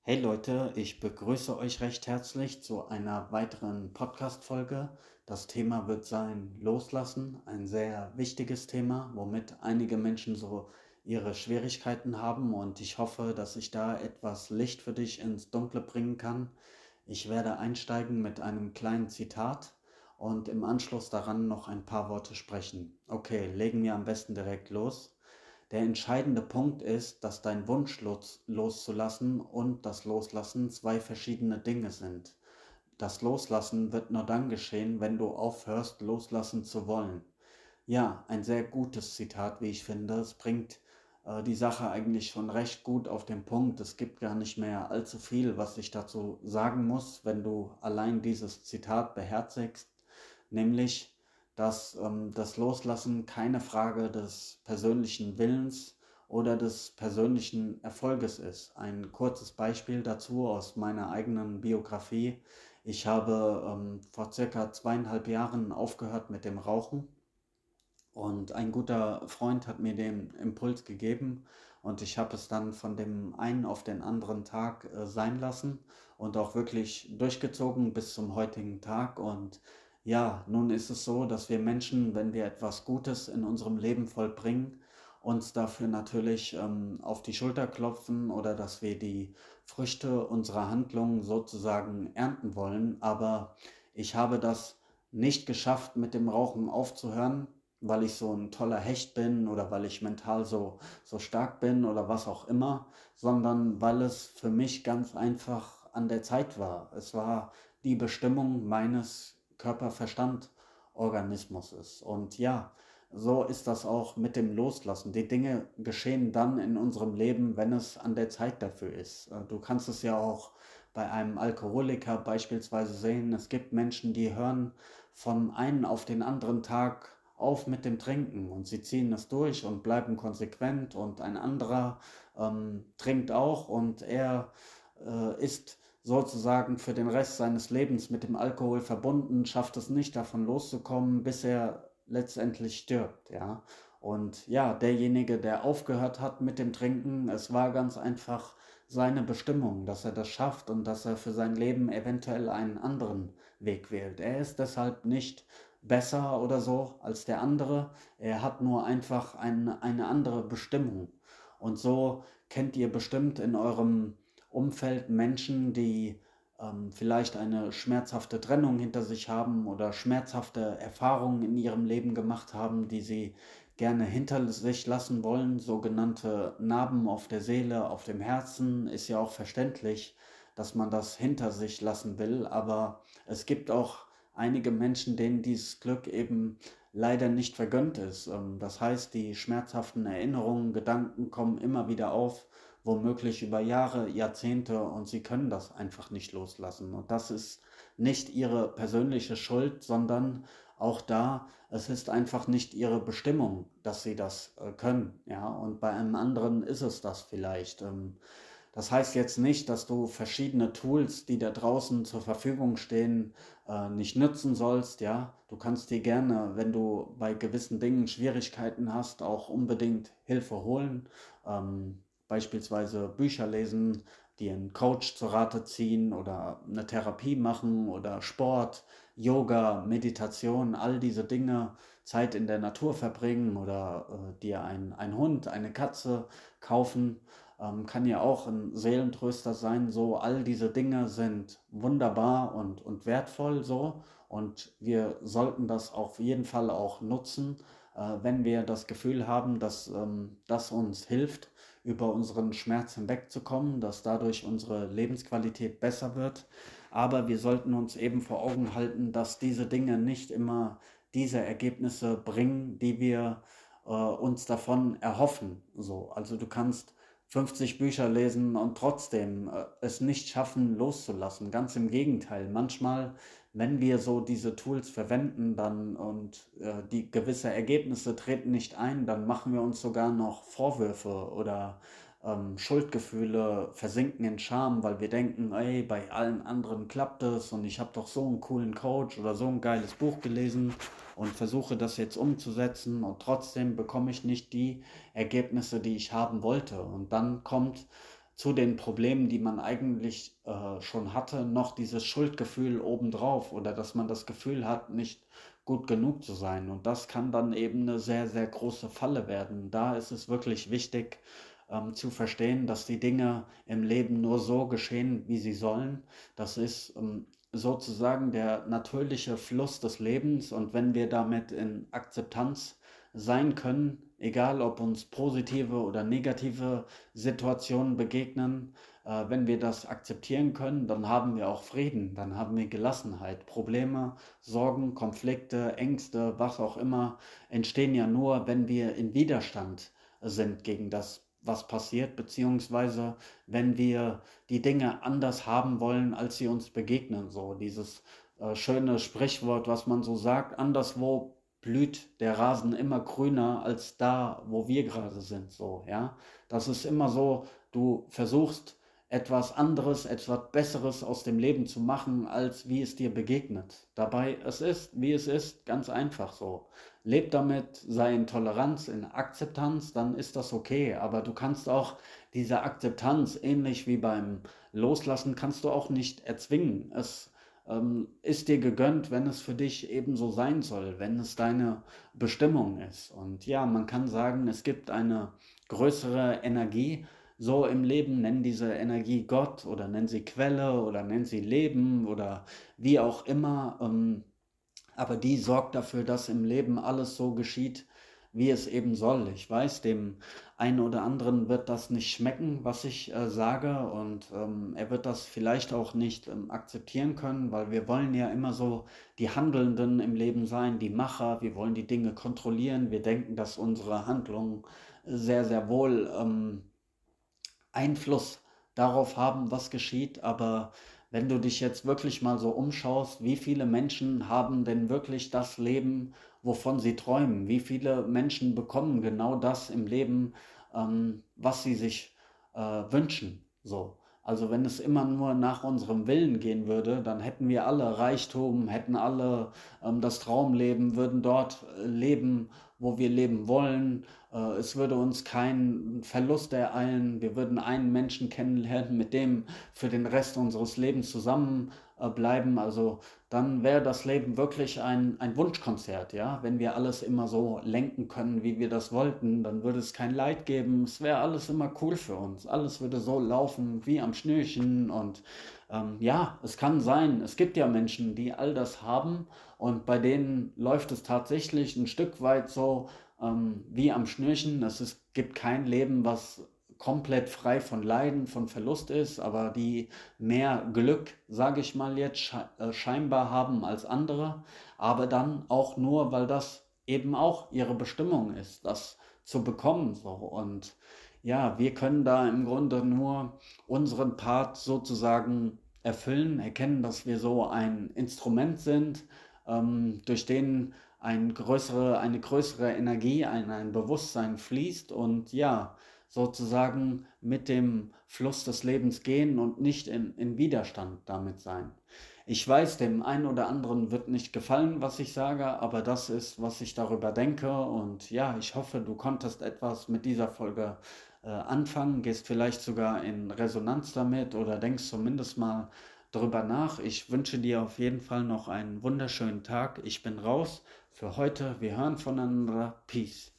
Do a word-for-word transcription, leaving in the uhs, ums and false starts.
Hey Leute, ich begrüße euch recht herzlich zu einer weiteren Podcast-Folge. Das Thema wird sein Loslassen, ein sehr wichtiges Thema, womit einige Menschen so ihre Schwierigkeiten haben und ich hoffe, dass ich da etwas Licht für dich ins Dunkle bringen kann. Ich werde einsteigen mit einem kleinen Zitat und im Anschluss daran noch ein paar Worte sprechen. Okay, legen wir am besten direkt los. Der entscheidende Punkt ist, dass dein Wunsch los, loszulassen und das Loslassen zwei verschiedene Dinge sind. Das Loslassen wird nur dann geschehen, wenn du aufhörst, loslassen zu wollen. Ja, ein sehr gutes Zitat, wie ich finde. Es bringt äh, die Sache eigentlich schon recht gut auf den Punkt. Es gibt gar nicht mehr allzu viel, was ich dazu sagen muss, wenn du allein dieses Zitat beherzigst, nämlich, dass ähm, das Loslassen keine Frage des persönlichen Willens oder des persönlichen Erfolges ist. Ein kurzes Beispiel dazu aus meiner eigenen Biografie. Ich habe ähm, vor circa zweieinhalb Jahren aufgehört mit dem Rauchen und ein guter Freund hat mir den Impuls gegeben und ich habe es dann von dem einen auf den anderen Tag äh, sein lassen und auch wirklich durchgezogen bis zum heutigen Tag. Und ja, nun ist es so, dass wir Menschen, wenn wir etwas Gutes in unserem Leben vollbringen, uns dafür natürlich ähm, auf die Schulter klopfen oder dass wir die Früchte unserer Handlungen sozusagen ernten wollen. Aber ich habe das nicht geschafft, mit dem Rauchen aufzuhören, weil ich so ein toller Hecht bin oder weil ich mental so, so stark bin oder was auch immer, sondern weil es für mich ganz einfach an der Zeit war. Es war die Bestimmung meines Körper-Verstand-Organismus. Und ja, so ist das auch mit dem Loslassen. Die Dinge geschehen dann in unserem Leben, wenn es an der Zeit dafür ist. Äh, Du kannst es ja auch bei einem Alkoholiker beispielsweise sehen. Es gibt Menschen, die hören von einem auf den anderen Tag auf mit dem Trinken und sie ziehen es durch und bleiben konsequent und ein anderer ähm, trinkt auch und er äh, ist sozusagen für den Rest seines Lebens mit dem Alkohol verbunden, schafft es nicht davon loszukommen, bis er letztendlich stirbt, ja. Und ja, derjenige, der aufgehört hat mit dem Trinken, es war ganz einfach seine Bestimmung, dass er das schafft und dass er für sein Leben eventuell einen anderen Weg wählt. Er ist deshalb nicht besser oder so als der andere. Er hat nur einfach eine, eine andere Bestimmung. Und so kennt ihr bestimmt in eurem Umfeld Menschen, die ähm, vielleicht eine schmerzhafte Trennung hinter sich haben oder schmerzhafte Erfahrungen in ihrem Leben gemacht haben, die sie gerne hinter sich lassen wollen. Sogenannte Narben auf der Seele, auf dem Herzen, ist ja auch verständlich, dass man das hinter sich lassen will. Aber es gibt auch einige Menschen, denen dieses Glück eben leider nicht vergönnt ist. Ähm, Das heißt, die schmerzhaften Erinnerungen, Gedanken kommen immer wieder auf, womöglich über Jahre, Jahrzehnte und sie können das einfach nicht loslassen. Und das ist nicht ihre persönliche Schuld, sondern auch da, es ist einfach nicht ihre Bestimmung, dass sie das äh, können. Ja, und bei einem anderen ist es das vielleicht. Ähm, das heißt jetzt nicht, dass du verschiedene Tools, die da draußen zur Verfügung stehen, äh, nicht nutzen sollst, ja. Du kannst dir gerne, wenn du bei gewissen Dingen Schwierigkeiten hast, auch unbedingt Hilfe holen. Ähm, beispielsweise Bücher lesen, dir einen Coach zur Rate ziehen oder eine Therapie machen oder Sport, Yoga, Meditation, all diese Dinge, Zeit in der Natur verbringen oder äh, dir ein, ein Hund, eine Katze kaufen, ähm, kann ja auch ein Seelentröster sein. So, all diese Dinge sind wunderbar und, und wertvoll so und wir sollten das auf jeden Fall auch nutzen, äh, wenn wir das Gefühl haben, dass ähm, das uns hilft, über unseren Schmerz hinwegzukommen, dass dadurch unsere Lebensqualität besser wird. Aber wir sollten uns eben vor Augen halten, dass diese Dinge nicht immer diese Ergebnisse bringen, die wir äh, uns davon erhoffen. So, also du kannst fünfzig Bücher lesen und trotzdem äh, es nicht schaffen, loszulassen. Ganz im Gegenteil. Manchmal, wenn wir so diese Tools verwenden dann und äh, die gewisse Ergebnisse treten nicht ein, dann machen wir uns sogar noch Vorwürfe oder ähm, Schuldgefühle, versinken in Scham, weil wir denken, ey, bei allen anderen klappt es und ich habe doch so einen coolen Coach oder so ein geiles Buch gelesen und versuche das jetzt umzusetzen und trotzdem bekomme ich nicht die Ergebnisse, die ich haben wollte. Und dann kommt zu den Problemen, die man eigentlich äh, schon hatte, noch dieses Schuldgefühl obendrauf oder dass man das Gefühl hat, nicht gut genug zu sein. Und das kann dann eben eine sehr, sehr große Falle werden. Da ist es wirklich wichtig, ähm, zu verstehen, dass die Dinge im Leben nur so geschehen, wie sie sollen. Das ist ähm, sozusagen der natürliche Fluss des Lebens, und wenn wir damit in Akzeptanz sein können, egal ob uns positive oder negative Situationen begegnen, äh, wenn wir das akzeptieren können, dann haben wir auch Frieden, dann haben wir Gelassenheit. Probleme, Sorgen, Konflikte, Ängste, was auch immer, entstehen ja nur, wenn wir in Widerstand sind gegen das, was passiert, beziehungsweise wenn wir die Dinge anders haben wollen, als sie uns begegnen. So dieses äh, schöne Sprichwort, was man so sagt: anderswo blüht der Rasen immer grüner als da, wo wir gerade sind. So, ja, das ist immer so. Du versuchst etwas anderes, etwas Besseres aus dem Leben zu machen, als wie es dir begegnet. Dabei, es ist, wie es ist, ganz einfach so. Leb damit, sei in Toleranz, in Akzeptanz, dann ist das okay. Aber du kannst auch diese Akzeptanz, ähnlich wie beim Loslassen, kannst du auch nicht erzwingen. Es ähm, ist dir gegönnt, wenn es für dich ebenso sein soll, wenn es deine Bestimmung ist. Und ja, man kann sagen, es gibt eine größere Energie so im Leben, nenn diese Energie Gott oder nenn sie Quelle oder nenn sie Leben oder wie auch immer. Ähm, aber die sorgt dafür, dass im Leben alles so geschieht, wie es eben soll. Ich weiß, dem einen oder anderen wird das nicht schmecken, was ich äh, sage, und ähm, er wird das vielleicht auch nicht ähm, akzeptieren können, weil wir wollen ja immer so die Handelnden im Leben sein, die Macher, wir wollen die Dinge kontrollieren, wir denken, dass unsere Handlungen sehr, sehr wohl ähm, Einfluss darauf haben, was geschieht. Aber wenn du dich jetzt wirklich mal so umschaust, wie viele Menschen haben denn wirklich das Leben, wovon sie träumen? Wie viele Menschen bekommen genau das im Leben, ähm, was sie sich äh, wünschen? So. Also wenn es immer nur nach unserem Willen gehen würde, dann hätten wir alle Reichtum, hätten alle ähm, das Traumleben, würden dort äh, leben, wo wir leben wollen. Äh, es würde uns kein Verlust ereilen. Wir würden einen Menschen kennenlernen, mit dem für den Rest unseres Lebens zusammen äh, bleiben. Also dann wäre das Leben wirklich ein, ein Wunschkonzert, ja. Wenn wir alles immer so lenken können, wie wir das wollten, dann würde es kein Leid geben. Es wäre alles immer cool für uns. Alles würde so laufen wie am Schnürchen. Und ähm, ja, es kann sein, es gibt ja Menschen, die all das haben, und bei denen läuft es tatsächlich ein Stück weit so ähm, wie am Schnürchen. Es ist, gibt kein Leben, was komplett frei von Leiden, von Verlust ist, aber die mehr Glück, sage ich mal jetzt, sche äh, scheinbar haben als andere, aber dann auch nur, weil das eben auch ihre Bestimmung ist, das zu bekommen. So. Und ja, wir können da im Grunde nur unseren Part sozusagen erfüllen, erkennen, dass wir so ein Instrument sind, ähm, durch den ein größere, eine größere Energie, ein, ein Bewusstsein fließt, und ja, sozusagen mit dem Fluss des Lebens gehen und nicht in, in Widerstand damit sein. Ich weiß, dem einen oder anderen wird nicht gefallen, was ich sage, aber das ist, was ich darüber denke, und ja, ich hoffe, du konntest etwas mit dieser Folge äh, anfangen, gehst vielleicht sogar in Resonanz damit oder denkst zumindest mal drüber nach. Ich wünsche dir auf jeden Fall noch einen wunderschönen Tag. Ich bin raus für heute. Wir hören voneinander. Peace.